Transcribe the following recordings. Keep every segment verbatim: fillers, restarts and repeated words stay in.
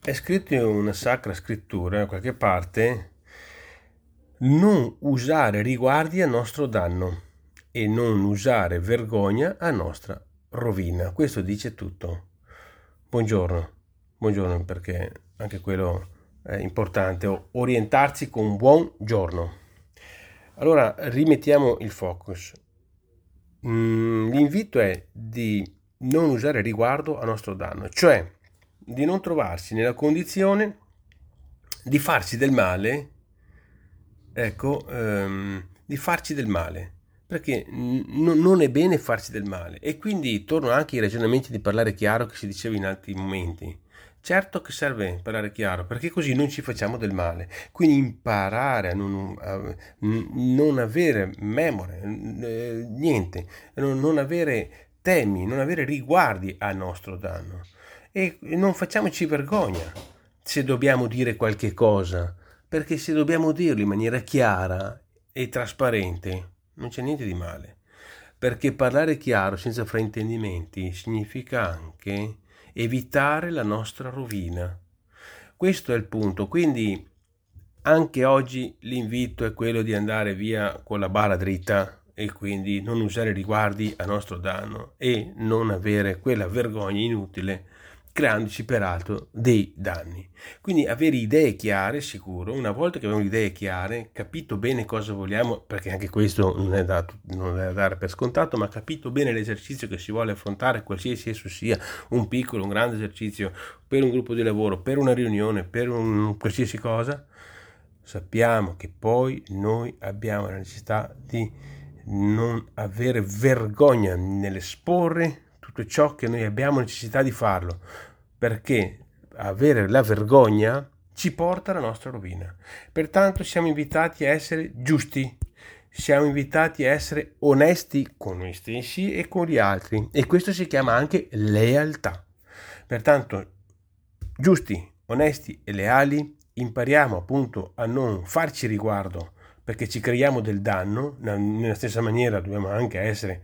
È scritto in una sacra scrittura, da qualche parte, non usare riguardi a nostro danno e non usare vergogna a nostra rovina. Questo dice tutto. Buongiorno, buongiorno perché anche quello è importante, orientarsi con un buon giorno. Allora, rimettiamo il focus. Mm, l'invito è di non usare riguardo a nostro danno, cioè di non trovarsi nella condizione di farci del male, ecco, ehm, di farci del male, perché n- non è bene farci del male. E quindi torno anche ai ragionamenti di parlare chiaro che si diceva in altri momenti. Certo che serve parlare chiaro, perché così non ci facciamo del male. Quindi imparare a non, a non avere memoria, eh, niente, non, non avere temi, non avere riguardi a nostro danno. E non facciamoci vergogna se dobbiamo dire qualche cosa, perché se dobbiamo dirlo in maniera chiara e trasparente, non c'è niente di male. Perché parlare chiaro senza fraintendimenti significa anche evitare la nostra rovina. Questo è il punto. Quindi anche oggi l'invito è quello di andare via con la bara dritta e quindi non usare riguardi a nostro danno e non avere quella vergogna inutile, creandoci peraltro dei danni. Quindi avere idee chiare, sicuro, una volta che abbiamo le idee chiare, capito bene cosa vogliamo, perché anche questo non è, da, non è da dare per scontato, ma capito bene l'esercizio che si vuole affrontare, qualsiasi esso sia, un piccolo, un grande esercizio, per un gruppo di lavoro, per una riunione, per un qualsiasi cosa, sappiamo che poi noi abbiamo la necessità di non avere vergogna nell'esporre tutto ciò che noi abbiamo necessità di farlo, perché avere la vergogna ci porta alla nostra rovina. Pertanto siamo invitati a essere giusti, siamo invitati a essere onesti con noi stessi e con gli altri, e questo si chiama anche lealtà. Pertanto, giusti, onesti e leali, impariamo appunto a non farci riguardo perché ci creiamo del danno. Nella stessa maniera dobbiamo anche essere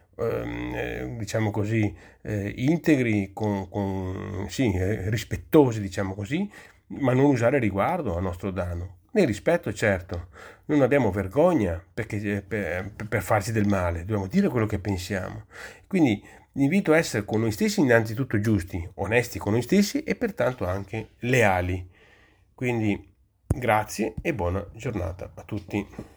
ehm, diciamo così eh, integri, con, con, sì, eh, rispettosi, diciamo così, ma non usare riguardo al nostro danno. Nel rispetto, certo, non abbiamo vergogna perché, per, per farci del male, dobbiamo dire quello che pensiamo. Quindi l'invito a essere con noi stessi innanzitutto giusti, onesti con noi stessi e pertanto anche leali. Quindi grazie e buona giornata a tutti.